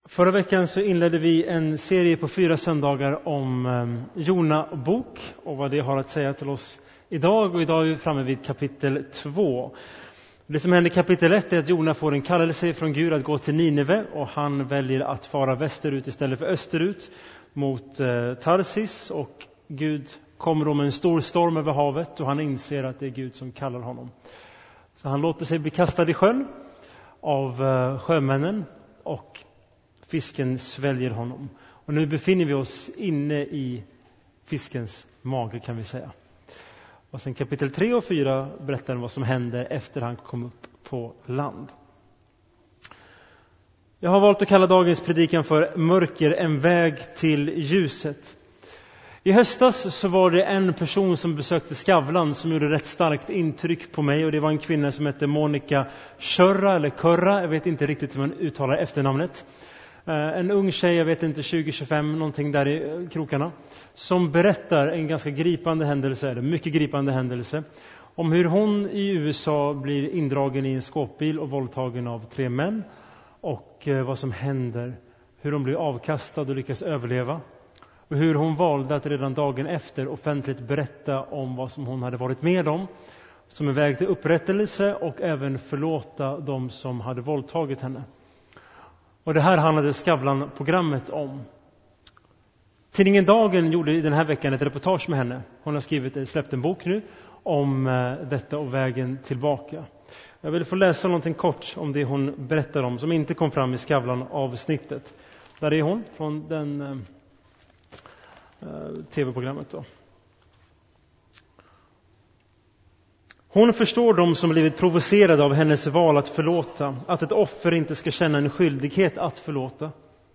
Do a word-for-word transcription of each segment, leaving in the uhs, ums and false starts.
Förra veckan så inledde vi en serie på fyra söndagar om eh, Jona bok och vad det har att säga till oss idag. Och idag är vi framme vid kapitel två. Det som händer i kapitel ett är att Jona får en kallelse från Gud att gå till Nineve, och han väljer att fara västerut istället för österut mot eh, Tarsis, och Gud kommer då med en stor storm över havet och han inser att det är Gud som kallar honom. Så han låter sig bli kastad i sjön av eh, sjömännen, och fisken sväljer honom. Och nu befinner vi oss inne i fiskens mage, kan vi säga. Och sen kapitel tre och fyra berättar vad som hände efter han kom upp på land. Jag har valt att kalla dagens predikan för Mörker, en väg till ljuset. I höstas så var det en person som besökte Skavlan som gjorde rätt starkt intryck på mig. Och det var en kvinna som hette Monica Körra, eller Körra, jag vet inte riktigt hur man uttalar efternamnet. En ung tjej, jag vet inte, tjugo tjugofem, någonting där i krokarna, som berättar en ganska gripande händelse, eller mycket gripande händelse, om hur hon i U S A blir indragen i en skåpbil och våldtagen av tre män, och vad som händer, hur hon blir avkastad och lyckas överleva, och hur hon valde att redan dagen efter offentligt berätta om vad som hon hade varit med om, som en väg till upprättelse, och även förlåta dem som hade våldtagit henne. Och det här handlade Skavlan-programmet om. Tidningen Dagen gjorde den här veckan ett reportage med henne. Hon har skrivit, släppt en bok nu om detta och vägen tillbaka. Jag vill få läsa någonting kort om det hon berättar om, som inte kom fram i Skavlan-avsnittet. Där är hon från den äh, tv-programmet då. Hon förstår dem som blivit provocerade av hennes val att förlåta, att ett offer inte ska känna en skyldighet att förlåta.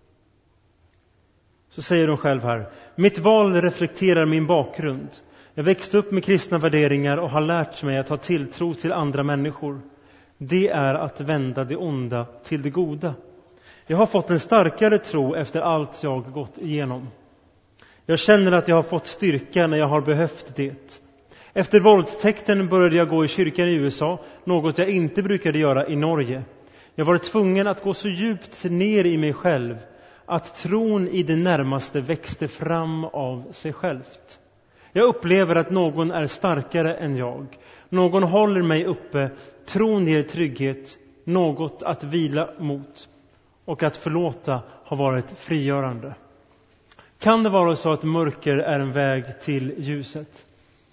Så säger hon själv här: mitt val reflekterar min bakgrund. Jag växte upp med kristna värderingar och har lärt mig att ha tilltro till andra människor. Det är att vända det onda till det goda. Jag har fått en starkare tro efter allt jag gått igenom. Jag känner att jag har fått styrka när jag har behövt det. Efter våldtäkten började jag gå i kyrkan i U S A, något jag inte brukade göra i Norge. Jag var tvungen att gå så djupt ner i mig själv att tron i det närmaste växte fram av sig självt. Jag upplever att någon är starkare än jag. Någon håller mig uppe, tron ger trygghet, något att vila mot, och att förlåta har varit frigörande. Kan det vara så att mörker är en väg till ljuset?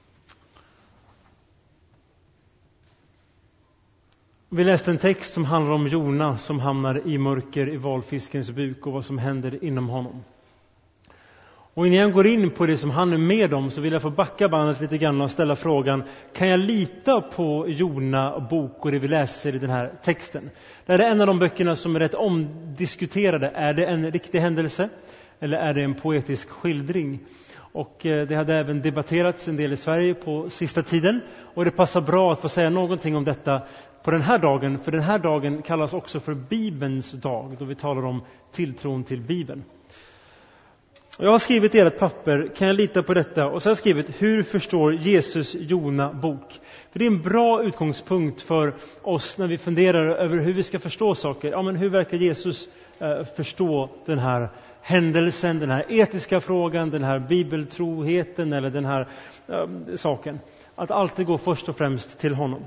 Vi läste en text som handlar om Jona som hamnar i mörker i valfiskens buk och vad som händer inom honom. Och innan jag går in på det som han är med om så vill jag få backa bandet lite grann och ställa frågan: kan jag lita på Jona bok och det vi läser i den här texten? Det är en av de böckerna som är rätt omdiskuterade. Är det en riktig händelse eller är det en poetisk skildring? Och det hade även debatterats en del i Sverige på sista tiden. Och det passar bra att få säga någonting om detta på den här dagen. För den här dagen kallas också för Bibelns dag, då vi talar om tilltron till Bibeln. Jag har skrivit i ert papper: kan jag lita på detta? Och så har jag skrivit: hur förstår Jesus Jona bok? För det är en bra utgångspunkt för oss när vi funderar över hur vi ska förstå saker. Ja, men hur verkar Jesus eh, förstå den här händelsen, den här etiska frågan, den här bibeltroheten eller den här äh, saken? Att alltid gå först och främst till honom.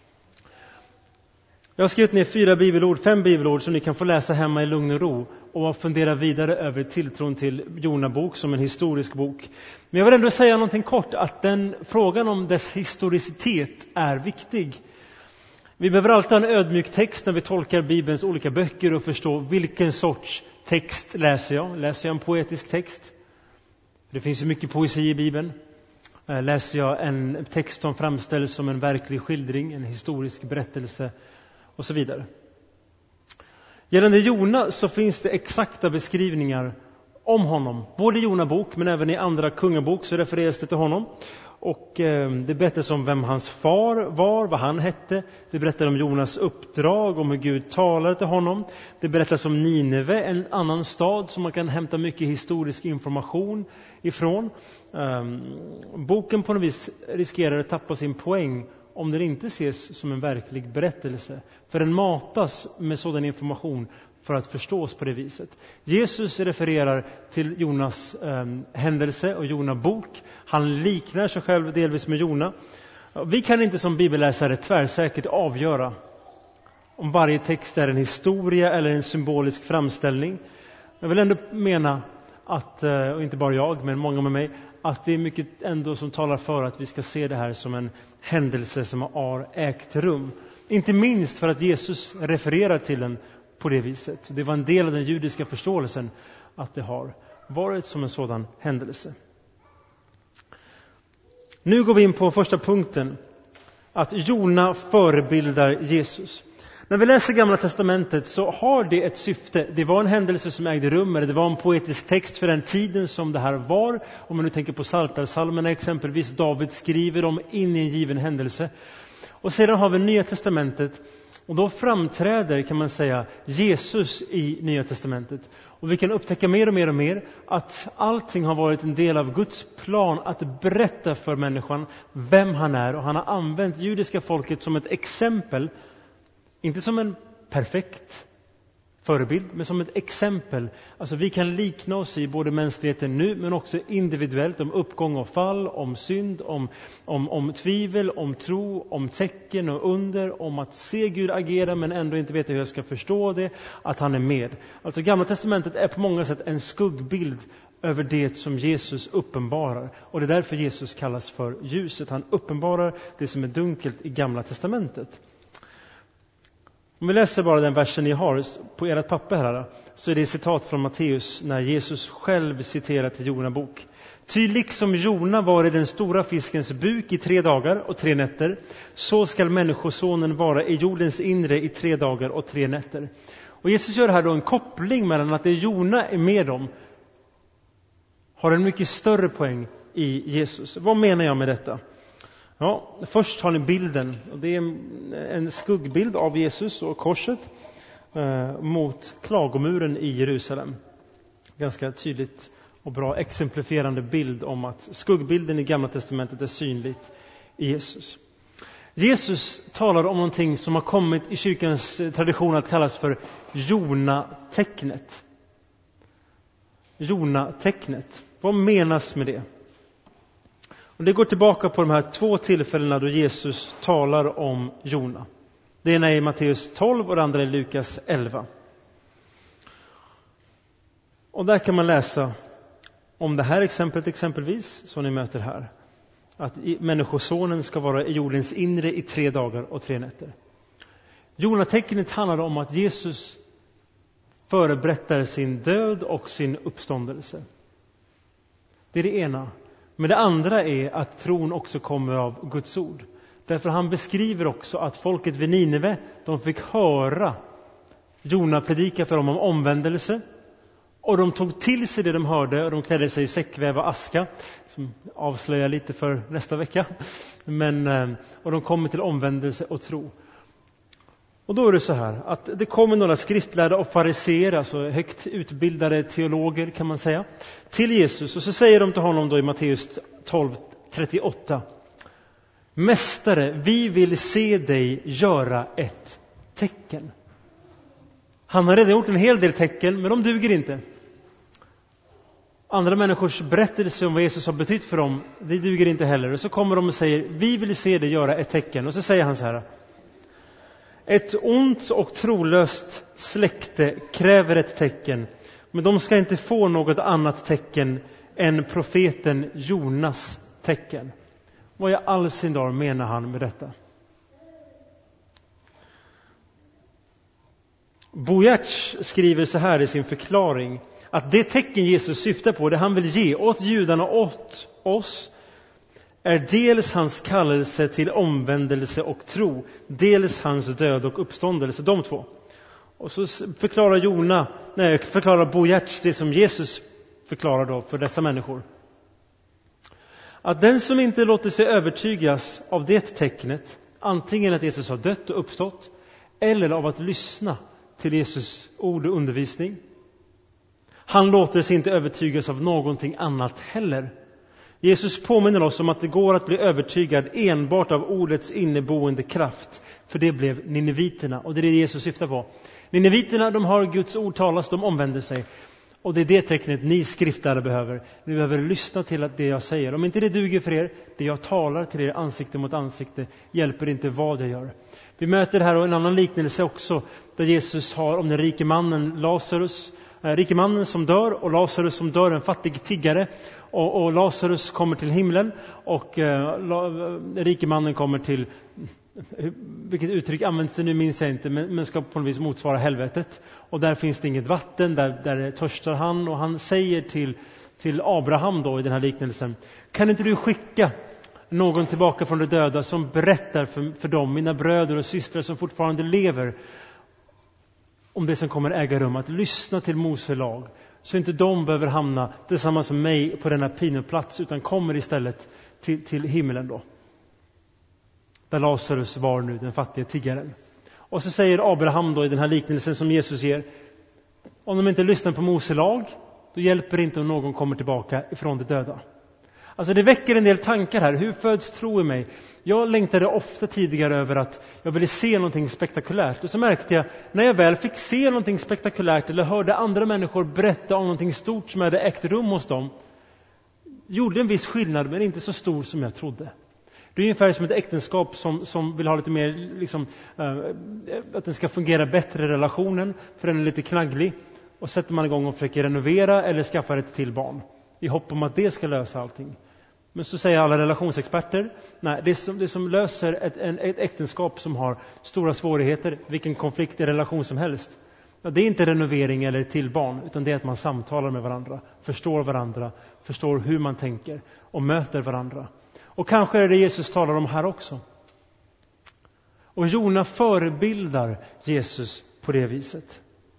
Jag har skrivit ner fyra bibelord, fem bibelord som ni kan få läsa hemma i lugn och ro och fundera vidare över tilltron till Jona bok som en historisk bok. Men jag vill ändå säga någonting kort, att den frågan om dess historicitet är viktig. Vi behöver alltid ha en ödmjuk text när vi tolkar Bibelns olika böcker och förstå vilken sorts text läser jag. Läser jag en poetisk text? Det finns ju mycket poesi i Bibeln. Läser jag en text som framställs som en verklig skildring, en historisk berättelse och så vidare. Gällande Jona så finns det exakta beskrivningar om honom. Både i Jona bok men även i andra kungabok så refereras det till honom. Och eh, det berättas om vem hans far var, vad han hette. Det berättar om Jonas uppdrag, om hur Gud talade till honom. Det berättas om Nineve, en annan stad som man kan hämta mycket historisk information ifrån. Eh, boken på något vis riskerar att tappa sin poäng om den inte ses som en verklig berättelse. För den matas med sådan information för att förstås på det viset. Jesus refererar till Jonas eh, händelse och Jona bok. Han liknar sig själv delvis med Jona. Vi kan inte som bibelläsare tvärsäkert avgöra om varje text är en historia eller en symbolisk framställning. Jag vill ändå mena att, och inte bara jag, men många med mig, att det är mycket ändå som talar för att vi ska se det här som en händelse som har ägt rum. Inte minst för att Jesus refererar till den på det viset. Det var en del av den judiska förståelsen att det har varit som en sådan händelse. Nu går vi in på första punkten. Att Jona förebildar Jesus. När vi läser Gamla testamentet så har det ett syfte. Det var en händelse som ägde rum, eller det var en poetisk text för den tiden som det här var. Om man nu tänker på Psaltarpsalmerna exempelvis, David skriver om in i en given händelse. Och sedan har vi Nya testamentet, och då framträder, kan man säga, Jesus i Nya testamentet. Och vi kan upptäcka mer och mer och mer att allting har varit en del av Guds plan att berätta för människan vem han är. Och han har använt judiska folket som ett exempel, inte som en perfekt förebild, men som ett exempel. Alltså vi kan likna oss i både mänskligheten nu, men också individuellt, om uppgång och fall, om synd, om, om, om tvivel, om tro, om tecken och under, om att se Gud agera men ändå inte veta hur jag ska förstå det, att han är med. Alltså Gamla testamentet är på många sätt en skuggbild över det som Jesus uppenbarar. Och det är därför Jesus kallas för ljuset. Han uppenbarar det som är dunkelt i Gamla testamentet. Om vi läser bara den versen ni har på ert papper här, så är det citat från Matteus när Jesus själv citerar till Jona bok. Ty liksom Jona var i den stora fiskens buk i tre dagar och tre nätter, så skall människosonen vara i jordens inre i tre dagar och tre nätter. Och Jesus gör här då en koppling mellan att det Jona är med om har en mycket större poäng i Jesus. Vad menar jag med detta? Ja, först har ni bilden, och det är en skuggbild av Jesus och korset eh, mot klagomuren i Jerusalem. Ganska tydligt och bra exemplifierande bild om att skuggbilden i Gamla testamentet är synligt i Jesus. Jesus talar om någonting som har kommit i kyrkans tradition att kallas för Jona-tecknet. Jona-tecknet. Vad menas med det? Och det går tillbaka på de här två tillfällena då Jesus talar om Jona. Det ena är i Matteus tolv och det andra är Lukas elva. Och där kan man läsa om det här exemplet exempelvis som ni möter här. Att människosonen ska vara i jordens inre i tre dagar och tre nätter. Jona-tecknet handlar om att Jesus föreberättar sin död och sin uppståndelse. Det är det ena. Men det andra är att tron också kommer av Guds ord. Därför han beskriver också att folket vid Nineve, de fick höra Jona predika för dem om omvändelse. Och de tog till sig det de hörde och de klädde sig i säckväv och aska. Som avslöjar lite för nästa vecka. Men, och de kommer till omvändelse och tro. Och då är det så här att det kommer några skriftlärda och fariseer, alltså högt utbildade teologer kan man säga, till Jesus. Och så säger de till honom då i Matteus tolv trettioåtta: Mästare, vi vill se dig göra ett tecken. Han har redan gjort en hel del tecken, men de duger inte. Andra människors berättelse om vad Jesus har betytt för dem, det duger inte heller. Och så kommer de och säger: vi vill se dig göra ett tecken. Och så säger han så här: ett ont och trolöst släkte kräver ett tecken, men de ska inte få något annat tecken än profeten Jonas tecken. Vad i all sin dar menar han med detta? Bojac skriver så här i sin förklaring, att det tecken Jesus syftar på, det han vill ge åt judarna och åt oss, är dels hans kallelse till omvändelse och tro, dels hans död och uppståndelse, de två. Och så förklarar Jona, nej, förklarar Bojac det som Jesus förklarar då för dessa människor. Att den som inte låter sig övertygas av det tecknet, antingen att Jesus har dött och uppstått, eller av att lyssna till Jesus ord och undervisning, han låter sig inte övertygas av någonting annat heller. Jesus påminner oss om att det går att bli övertygad enbart av ordets inneboende kraft. För det blev nineviterna, och det är det Jesus syftar på. Nineviterna, de har Guds ord talas, de omvänder sig. Och det är det tecknet ni skriftare behöver. Ni behöver lyssna till att det jag säger. Om inte det duger för er, det jag talar till er ansikte mot ansikte, hjälper inte vad jag gör. Vi möter här och en annan liknelse också, där Jesus har om den rike mannen Lazarus. Eh, rike mannen som dör och Lazarus som dör, en fattig tiggare. Och, och Lazarus kommer till himlen och eh, la, rike mannen kommer till... Vilket uttryck används det nu minns jag inte, men, men ska på något vis motsvara helvetet. Och där finns det inget vatten, där, där törstar han, och han säger till, till Abraham då i den här liknelsen: kan inte du skicka någon tillbaka från de döda som berättar för, för dem, mina bröder och systrar som fortfarande lever, om det som kommer äga rum, att lyssna till Mose lag, så inte de behöver hamna tillsammans med mig på denna pinoplats, utan kommer istället till, till himlen då, där Lazarus var nu, den fattiga tiggaren. Och så säger Abraham då i den här liknelsen som Jesus ger: om de inte lyssnar på Mose lag, då hjälper det inte om någon kommer tillbaka ifrån de döda. Alltså det väcker en del tankar här. Hur föds tro i mig? Jag längtade ofta tidigare över att jag ville se någonting spektakulärt. Och så märkte jag, när jag väl fick se någonting spektakulärt eller hörde andra människor berätta om någonting stort som hade ägt rum hos dem, gjorde en viss skillnad, men inte så stor som jag trodde. Det är ungefär som ett äktenskap som, som vill ha lite mer, liksom, uh, att den ska fungera bättre i relationen, för den är lite knagglig. Och sätter man igång och försöker renovera eller skaffa ett till barn, i hopp om att det ska lösa allting. Men så säger alla relationsexperter: nej, det som, det som löser ett, en, ett äktenskap som har stora svårigheter, vilken konflikt i relation som helst, ja, det är inte renovering eller till barn, utan det är att man samtalar med varandra, förstår varandra, förstår hur man tänker och möter varandra. Och kanske är det Jesus talar om här också. Och Jona förebildar Jesus på det viset.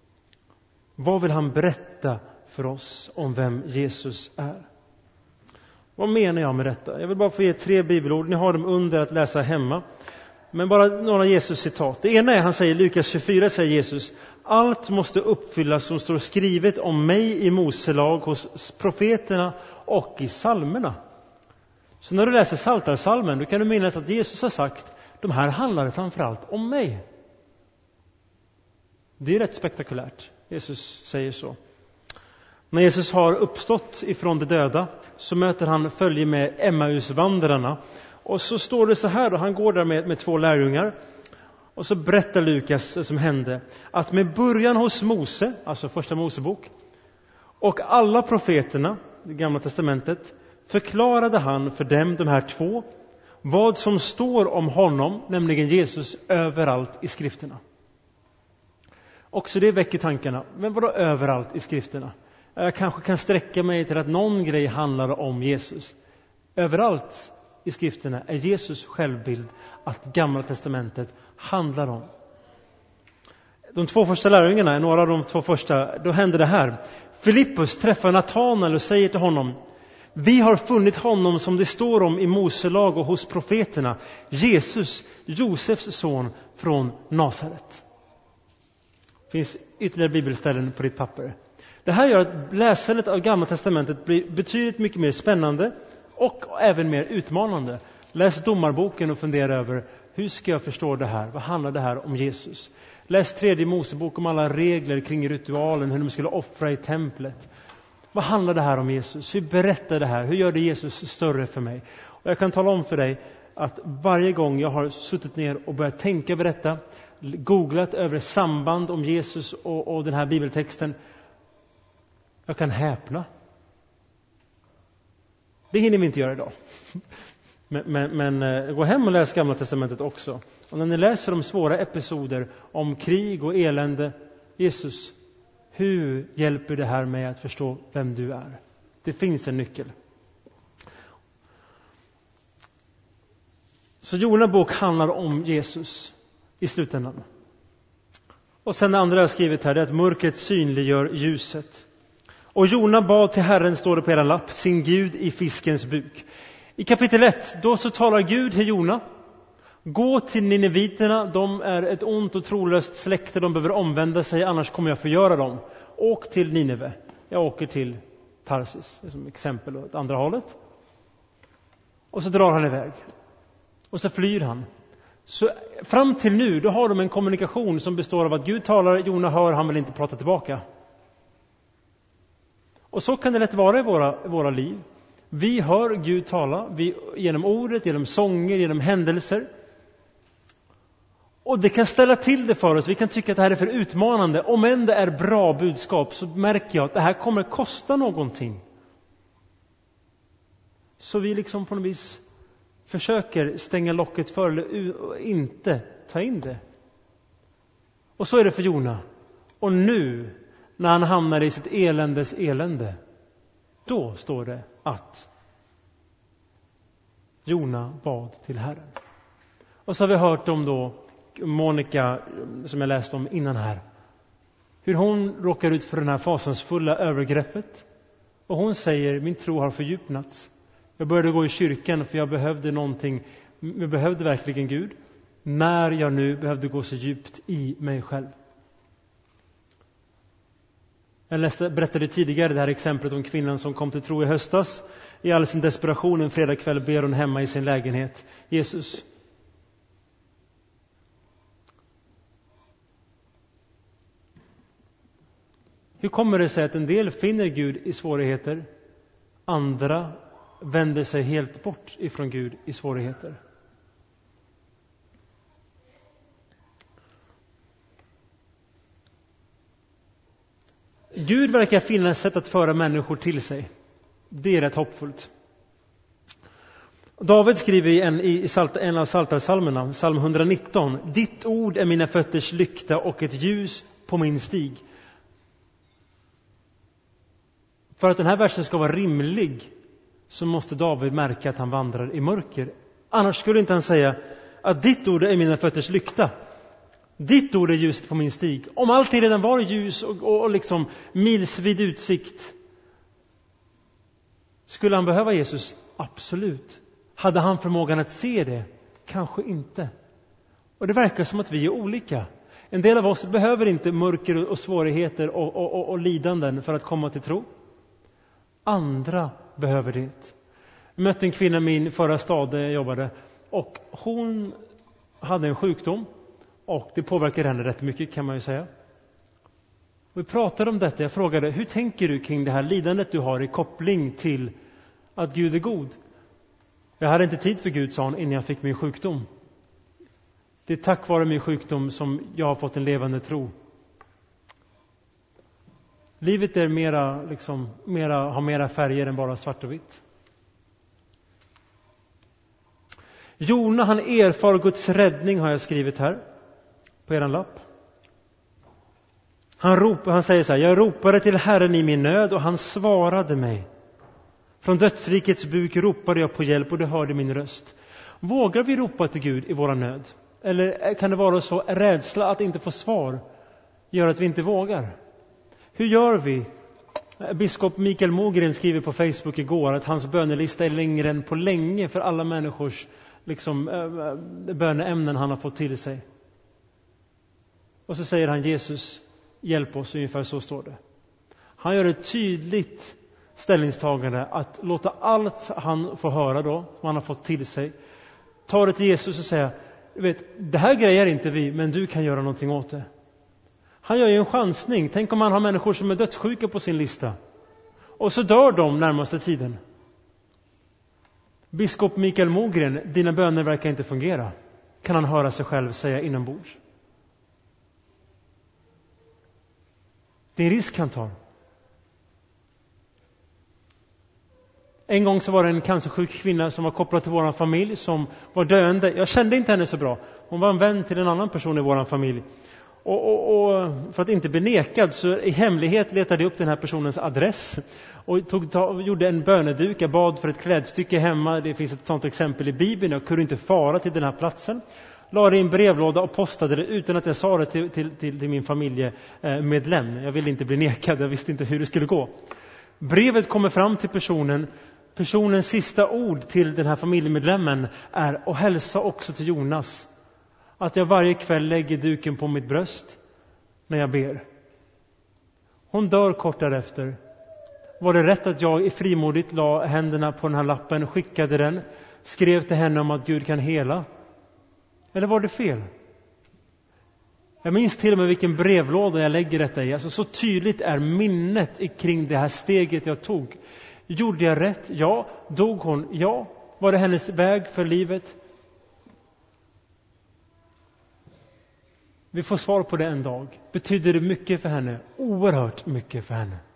Vad vill han berätta för oss om vem Jesus är? Vad menar jag med detta? Jag vill bara få ge tre bibelord. Ni har dem under att läsa hemma. Men bara några Jesus citat. Det ena är, han säger, Lukas tjugofyra säger Jesus: allt måste uppfyllas som står skrivet om mig i Mose lag, hos profeterna och i psalmerna. Så när du läser Psaltarpsalmen, då kan du minnas att Jesus har sagt: de här handlar framförallt om mig. Det är rätt spektakulärt. Jesus säger så. När Jesus har uppstått ifrån de döda, så möter han följe med Emmausvandrarna. Och så står det så här då, han går där med, med två lärjungar. Och så berättar Lukas det som hände: att med början hos Mose, alltså första Mosebok, och alla profeterna, det gamla testamentet, förklarade han för dem, de här två, vad som står om honom, nämligen Jesus, överallt i skrifterna. Också det väcker tankarna. Men vadå överallt i skrifterna? Jag kanske kan sträcka mig till att någon grej handlar om Jesus. Överallt i skrifterna är Jesus självbild att gamla testamentet handlar om. De två första lärjungarna, några av de två första, då hände det här. Filippus träffar Natanael och säger till honom: vi har funnit honom som det står om i Mose lag och hos profeterna, Jesus, Josefs son från Nasaret. Det finns ytterligare bibelställen på ditt papper. Det här gör att läsandet av Gamla testamentet blir betydligt mycket mer spännande och även mer utmanande. Läs Domarboken och fundera över: hur ska jag förstå det här? Vad handlar det här om Jesus? Läs tredje Mosebok om alla regler kring ritualen, hur de skulle offra i templet. Vad handlar det här om Jesus? Hur berättar det här? Hur gör det Jesus större för mig? Och jag kan tala om för dig att varje gång jag har suttit ner och börjat tänka över detta, googlat över samband om Jesus och, och den här bibeltexten, jag kan häpna. Det hinner vi inte göra idag. Men, men, men gå hem och läs Gamla testamentet också. Och när ni läser om svåra episoder om krig och elände, Jesus, hur hjälper det här mig att förstå vem du är? Det finns en nyckel. Så Jona bok handlar om Jesus i slutändan. Och sen det andra jag skrivit här är att mörkret synliggör ljuset. Och Jona bad till Herren, står det på era lapp, sin Gud i fiskens buk. I kapitel ett, då så talar Gud till Jona: gå till nineviterna, de är ett ont och trolöst släkte, de behöver omvända sig, annars kommer jag förgöra dem. Åk till Nineve. Jag åker till Tarsis som exempel åt andra hållet. Och så drar han iväg. Och så flyr han. Så fram till nu, då har de en kommunikation som består av att Gud talar, Jona hör, han vill inte prata tillbaka. Och så kan det lätt vara i våra, i våra liv. Vi hör Gud tala vi, genom ordet, genom sånger, genom händelser. Och det kan ställa till det för oss. Vi kan tycka att det här är för utmanande. Om än det är bra budskap så märker jag att det här kommer kosta någonting. Så vi liksom på något vis försöker stänga locket för eller inte ta in det. Och så är det för Jona. Och nu när han hamnar i sitt eländes elände, då står det att Jona bad till Herren. Och så har vi hört om då Monica, som jag läste om innan här, hur hon råkar ut för den här fasansfulla övergreppet. Och hon säger, min tro har fördjupnats. Jag började gå i kyrkan för jag behövde någonting. Jag behövde verkligen Gud. När jag nu behövde gå så djupt i mig själv. Jag läste, berättade tidigare det här exemplet om kvinnan som kom till tro i höstas. I all sin desperation en fredagkväll ber hon hemma i sin lägenhet. Jesus, hur kommer det sig att en del finner Gud i svårigheter, andra vänder sig helt bort ifrån Gud i svårigheter? Gud verkar finna ett sätt att föra människor till sig. Det är rätt hoppfullt. David skriver i en, i Salt, en av Psaltarpsalmerna, psalm etthundranitton: ditt ord är mina fötters lykta och ett ljus på min stig. För att den här versen ska vara rimlig så måste David märka att han vandrar i mörker. Annars skulle inte han säga att ditt ord är mina fötters lykta. Ditt ord är ljuset på min stig. Om alltid redan var ljus och, och, och liksom milsvid utsikt, skulle han behöva Jesus? Absolut. Hade han förmågan att se det? Kanske inte. Och det verkar som att vi är olika. En del av oss behöver inte mörker och svårigheter och, och, och, och lidanden för att komma till tro. Andra behöver det. Jag mötte en kvinna i min förra stad där jag jobbade. Och hon hade en sjukdom. Och det påverkar henne rätt mycket, kan man ju säga. Vi pratade om detta. Jag frågade, hur tänker du kring det här lidandet du har i koppling till att Gud är god? Jag hade inte tid för Gud, sa hon, innan jag fick min sjukdom. Det är tack vare min sjukdom som jag har fått en levande tro. Livet är mera, liksom, mera, har mera färger än bara svart och vitt. Jona, han erfar Guds räddning, har jag skrivit här på eran lapp. Han, ropar, han säger så här: jag ropade till Herren i min nöd och han svarade mig. Från dödsrikets buk ropade jag på hjälp och det hörde min röst. Vågar vi ropa till Gud i våra nöd? Eller kan det vara så rädsla att inte få svar gör att vi inte vågar? Hur gör vi? Biskop Mikael Mogren skriver på Facebook igår att hans bönelista är längre än på länge för alla människors liksom, böneämnen han har fått till sig. Och så säger han: Jesus, hjälp oss, ungefär så står det. Han gör ett tydligt ställningstagande att låta allt han får höra då, som han har fått till sig, ta det till Jesus och säga: vet, det här grejer inte vi, men du kan göra någonting åt det. Han gör ju en chansning. Tänk om man har människor som är dödssjuka på sin lista. Och så dör de närmaste tiden. Biskop Mikael Mogren, dina böner verkar inte fungera. Kan han höra sig själv säga inombords. Det är en risk han tar. En gång så var det en cancersjuk kvinna som var kopplad till vår familj som var döende. Jag kände inte henne så bra. Hon var en vän till en annan person i vår familj. Och, och, och för att inte bli nekad så i hemlighet letade jag upp den här personens adress och tog, tog, gjorde en böneduk. Jag bad för ett klädstycke hemma. Det finns ett sånt exempel i Bibeln. Jag kunde inte fara till den här platsen. La det i en brevlåda och postade det utan att jag sa det till, till, till, till min familjemedlem. Jag ville inte bli nekad. Jag visste inte hur det skulle gå. Brevet kommer fram till personen. Personens sista ord till den här familjemedlemmen är: och hälsa också till Jonas att jag varje kväll lägger duken på mitt bröst när jag ber. Hon dör kort därefter. Var det rätt att jag i frimodigt la händerna på den här lappen, skickade den, skrev till henne om att Gud kan hela? Eller var det fel? Jag minns till och med vilken brevlåda jag lägger detta i. Alltså så tydligt är minnet kring det här steget jag tog. Gjorde jag rätt? Ja. Dog hon? Ja. Var det hennes väg för livet? Vi får svar på det en dag. Betyder det mycket för henne? Oerhört mycket för henne.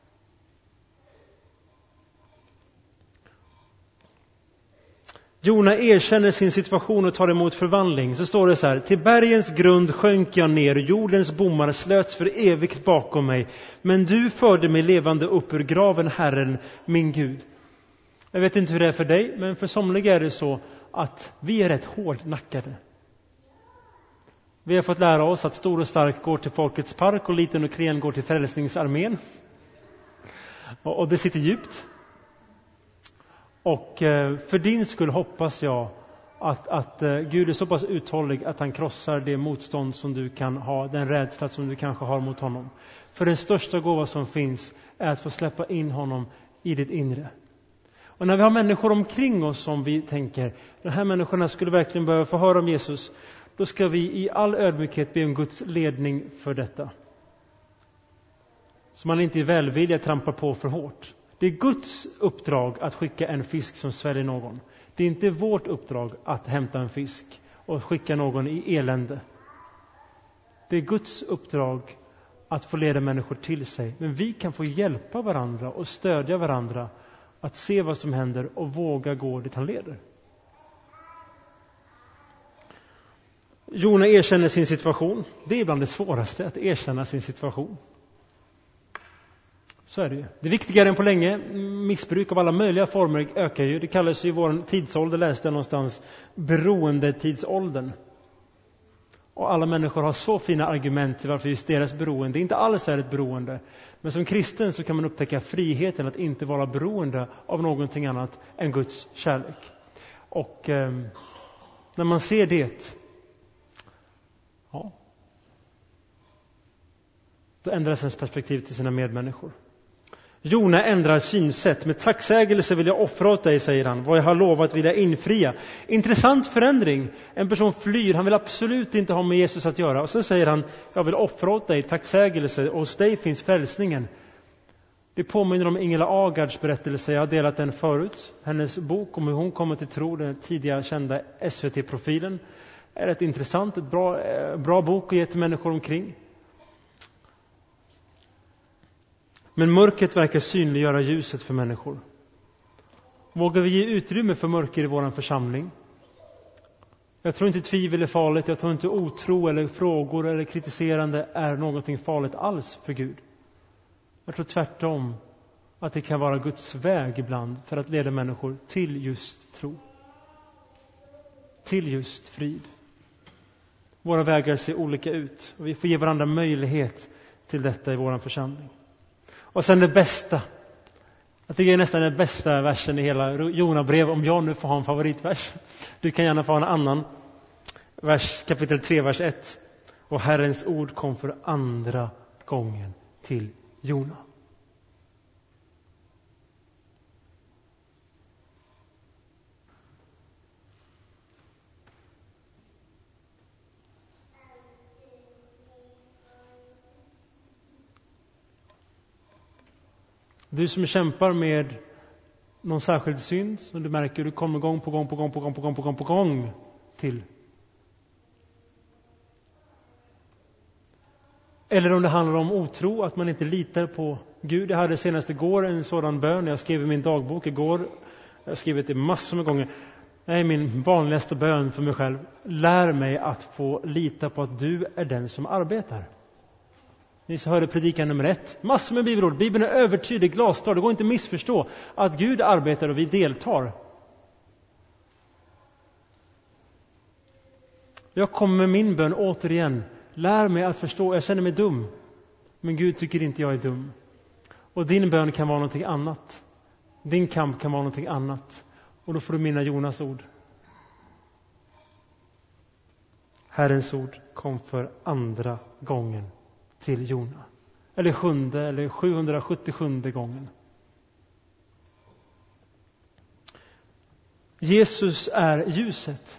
Jona erkänner sin situation och tar emot förvandling. Så står det så här: till bergens grund sjönk jag ner, jordens bommar slöts för evigt bakom mig. Men du förde mig levande upp ur graven, Herren, min Gud. Jag vet inte hur det är för dig, men för somliga är det så att vi är rätt hårdnackade. Vi har fått lära oss att stor och stark går till Folkets park och liten och klen går till Frälsningsarmén. Och, och det sitter djupt. Och för din skull hoppas jag att, att Gud är så pass uthållig att han krossar det motstånd som du kan ha, den rädsla som du kanske har mot honom. För den största gåva som finns är att få släppa in honom i ditt inre. Och när vi har människor omkring oss som vi tänker, de här människorna skulle verkligen behöva få höra om Jesus, då ska vi i all ödmjukhet be om Guds ledning för detta. Så man inte i välvilja trampar på för hårt. Det är Guds uppdrag att skicka en fisk som sväljer någon. Det är inte vårt uppdrag att hämta en fisk och skicka någon i elände. Det är Guds uppdrag att få leda människor till sig. Men vi kan få hjälpa varandra och stödja varandra att se vad som händer och våga gå dit han leder. Jona erkänner sin situation. Det är ibland det svåraste, att erkänna sin situation. Så är det ju. Det är viktigare än på länge. Missbruk av alla möjliga former ökar ju. Det kallas ju i vår tidsålder, läste jag någonstans, beroendetidsåldern. Och alla människor har så fina argument till varför just deras beroende inte alls är ett beroende. Men som kristen så kan man upptäcka friheten att inte vara beroende av någonting annat än Guds kärlek. Och eh, när man ser det, ja, då ändras ens perspektiv till sina medmänniskor. Jona ändrar synsätt. Med tacksägelse vill jag offra åt dig, säger han. Vad jag har lovat vill jag infria. Intressant förändring. En person flyr. Han vill absolut inte ha med Jesus att göra. Och så säger han, jag vill offra åt dig tacksägelse. Och hos dig finns frälsningen. Det påminner om Ingela Agards berättelse. Jag har delat den förut. Hennes bok om hur hon kommer till tro, den tidigare kända S V T-profilen, är ett intressant, ett bra, bra bok att ge till människor omkring. Men mörkret verkar synliggöra ljuset för människor. Vågar vi ge utrymme för mörker i vår församling? Jag tror inte tvivel är farligt. Jag tror inte otro eller frågor eller kritiserande är någonting farligt alls för Gud. Jag tror tvärtom att det kan vara Guds väg ibland för att leda människor till just tro. Till just frid. Våra vägar ser olika ut och vi får ge varandra möjlighet till detta i vår församling. Och sen det bästa. Jag tycker det är nästan den bästa versen i hela Jona brev, om jag nu får ha en favoritvers. Du kan gärna få en annan. Vers, kapitel tre, vers ett. Och Herrens ord kom för andra gången till Jona. Du som kämpar med någon särskild synd som du märker du kommer gång på gång på gång på gång på gång på gång på gång till. Eller om det handlar om otro, att man inte litar på Gud. Jag hade senast igår en sådan bön. Jag skrev i min dagbok igår. Jag har skrivit det massor med gånger. Det är min vanligaste bön för mig själv. Lär mig att få lita på att du är den som arbetar. Ni så hörde predikan nummer ett. Massor med bibelord. Bibeln är övertydlig, glasklar. Det går inte att missförstå att Gud arbetar och vi deltar. Jag kommer med min bön återigen. Lär mig att förstå. Jag känner mig dum. Men Gud tycker inte jag är dum. Och din bön kan vara någonting annat. Din kamp kan vara någonting annat. Och då får du minna Jonas ord. Herrens ord kom för andra gången till Jona. Eller sjunde eller sjuhundrasjuttiosjunde gången. Jesus är ljuset.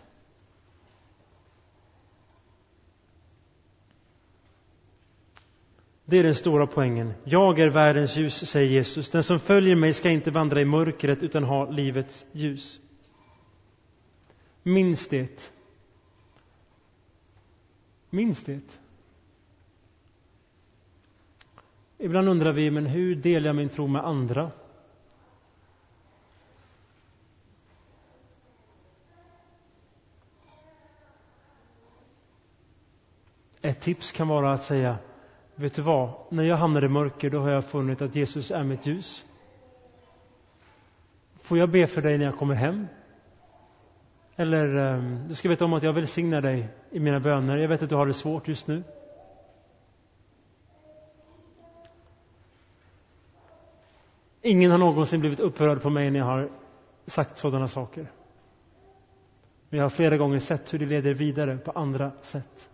Det är den stora poängen. Jag är världens ljus, säger Jesus. Den som följer mig ska inte vandra i mörkret utan ha livets ljus. Minns det. Minns det. Ibland undrar vi, men hur delar jag min tro med andra? Ett tips kan vara att säga, vet du vad? När jag hamnar i mörker, då har jag funnit att Jesus är mitt ljus. Får jag be för dig när jag kommer hem? Eller, um, du ska veta om att jag välsignar dig i mina böner. Jag vet att du har det svårt just nu. Ingen har någonsin blivit upprörd på mig när jag har sagt sådana saker. Men jag har flera gånger sett hur det leder vidare på andra sätt.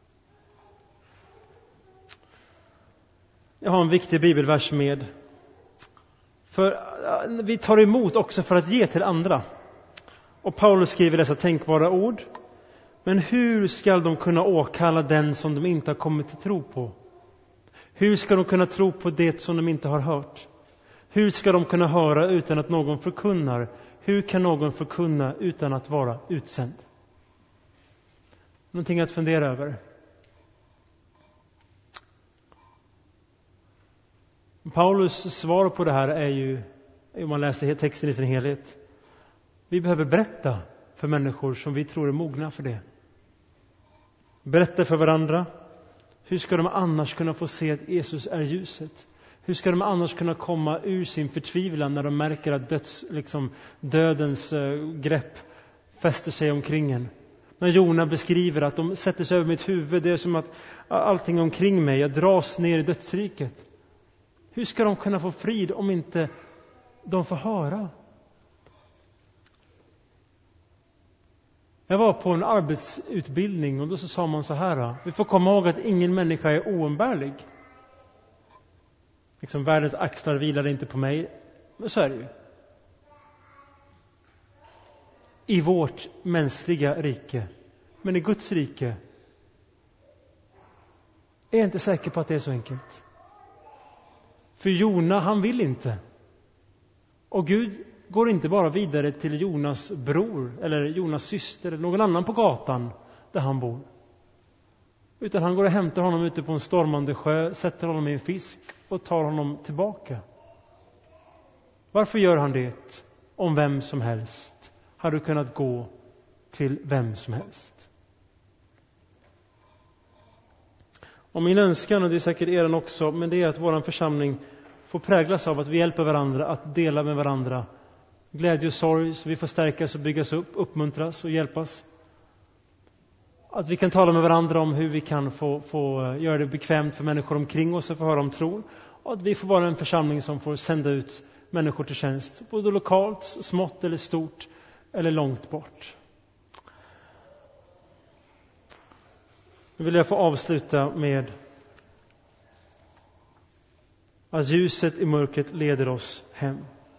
Jag har en viktig bibelvers med. För vi tar emot också för att ge till andra. Och Paulus skriver dessa tänkbara ord. Men hur ska de kunna åkalla den som de inte har kommit till tro på? Hur ska de kunna tro på det som de inte har hört? Hur ska de kunna höra utan att någon förkunnar? Hur kan någon förkunna utan att vara utsänd? Någonting att fundera över. Paulus svar på det här är ju, om man läser texten i sin helhet, vi behöver berätta för människor som vi tror är mogna för det. Berätta för varandra. Hur ska de annars kunna få se att Jesus är ljuset? Hur ska de annars kunna komma ur sin förtvivlan när de märker att döds, liksom, dödens uh, grepp fäster sig omkring en? När Jona beskriver att de sätter sig över mitt huvud, det är som att allting omkring mig, jag dras ner i dödsriket. Hur ska de kunna få frid om inte de får höra? Jag var på en arbetsutbildning och då så sa man så här. Vi får komma ihåg att ingen människa är oumbärlig. Liksom världens axlar vilar inte på mig. Men så är det ju. I vårt mänskliga rike. Men i Guds rike är jag inte säker på att det är så enkelt. För Jona, han vill inte. Och Gud går inte bara vidare till Jonas bror eller Jonas syster eller någon annan på gatan där han bor. Utan han går och hämtar honom ute på en stormande sjö, sätter honom i en fisk och tar honom tillbaka. Varför gör han det? Om vem som helst hade kunnat gå till vem som helst. Och min önskan, och det är säkert er också, men det är att vår församling får präglas av att vi hjälper varandra att dela med varandra glädje och sorg, så vi får stärkas och byggas upp, uppmuntras och hjälpas. Att vi kan tala med varandra om hur vi kan få, få göra det bekvämt för människor omkring oss och få höra om tron. Och att vi får vara en församling som får sända ut människor till tjänst, både lokalt, smått eller stort eller långt bort. Nu vill jag få avsluta med att ljuset i mörkret leder oss hem.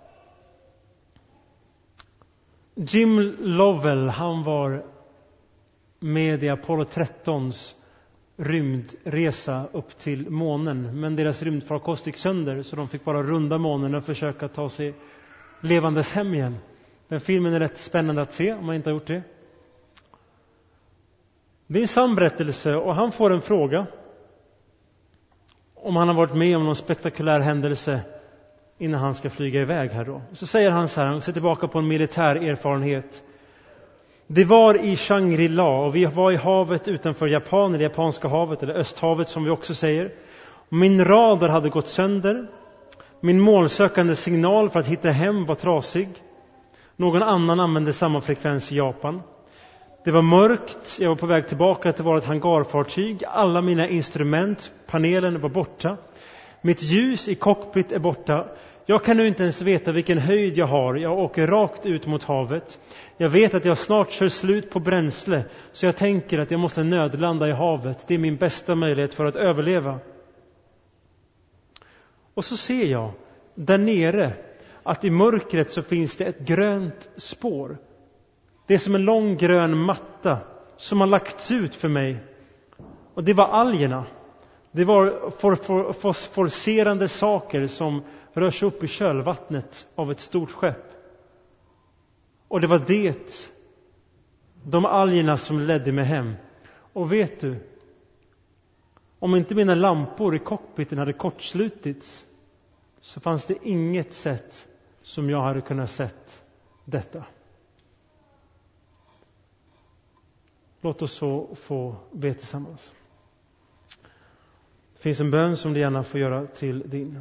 Jim Lovell, han var med i Apollo trettons rymdresa upp till månen. Men deras rymdfarkost gick sönder så de fick bara runda månen och försöka ta sig levandes hem igen. Den filmen är rätt spännande att se om man inte har gjort det. Det är en sann berättelse och han får en fråga om han har varit med om någon spektakulär händelse innan han ska flyga iväg här då. Så säger han så här, han ser tillbaka på en militär erfarenhet. Det var i Shangri-La och vi var i havet utanför Japan, det japanska havet eller östhavet som vi också säger. Min radar hade gått sönder. Min målsökande signal för att hitta hem var trasig. Någon annan använde samma frekvens i Japan. Det var mörkt, jag var på väg tillbaka till vårt hangarfartyg. Alla mina instrument, panelen var borta. Mitt ljus i cockpit är borta. Jag kan nu inte ens veta vilken höjd jag har. Jag åker rakt ut mot havet. Jag vet att jag snart kör slut på bränsle. Så jag tänker att jag måste nödlanda i havet. Det är min bästa möjlighet för att överleva. Och så ser jag där nere att i mörkret så finns det ett grönt spår. Det är som en lång grön matta som har lagts ut för mig. Och det var algerna. Det var for, for, fosforserande saker som rör sig upp i kölvattnet av ett stort skepp. Och det var det, de algerna som ledde mig hem. Och vet du, om inte mina lampor i cockpiten hade kortslutits, så fanns det inget sätt som jag hade kunnat sett detta. Låt oss så få be tillsammans. Det finns en bön som du gärna får göra till din.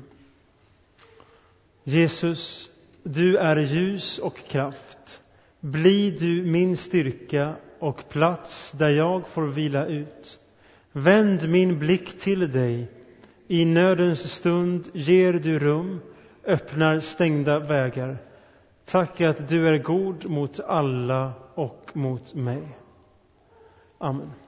Jesus, du är ljus och kraft. Bli du min styrka och plats där jag får vila ut. Vänd min blick till dig. I nödens stund ger du rum, öppnar stängda vägar. Tack att du är god mot alla och mot mig. Amen.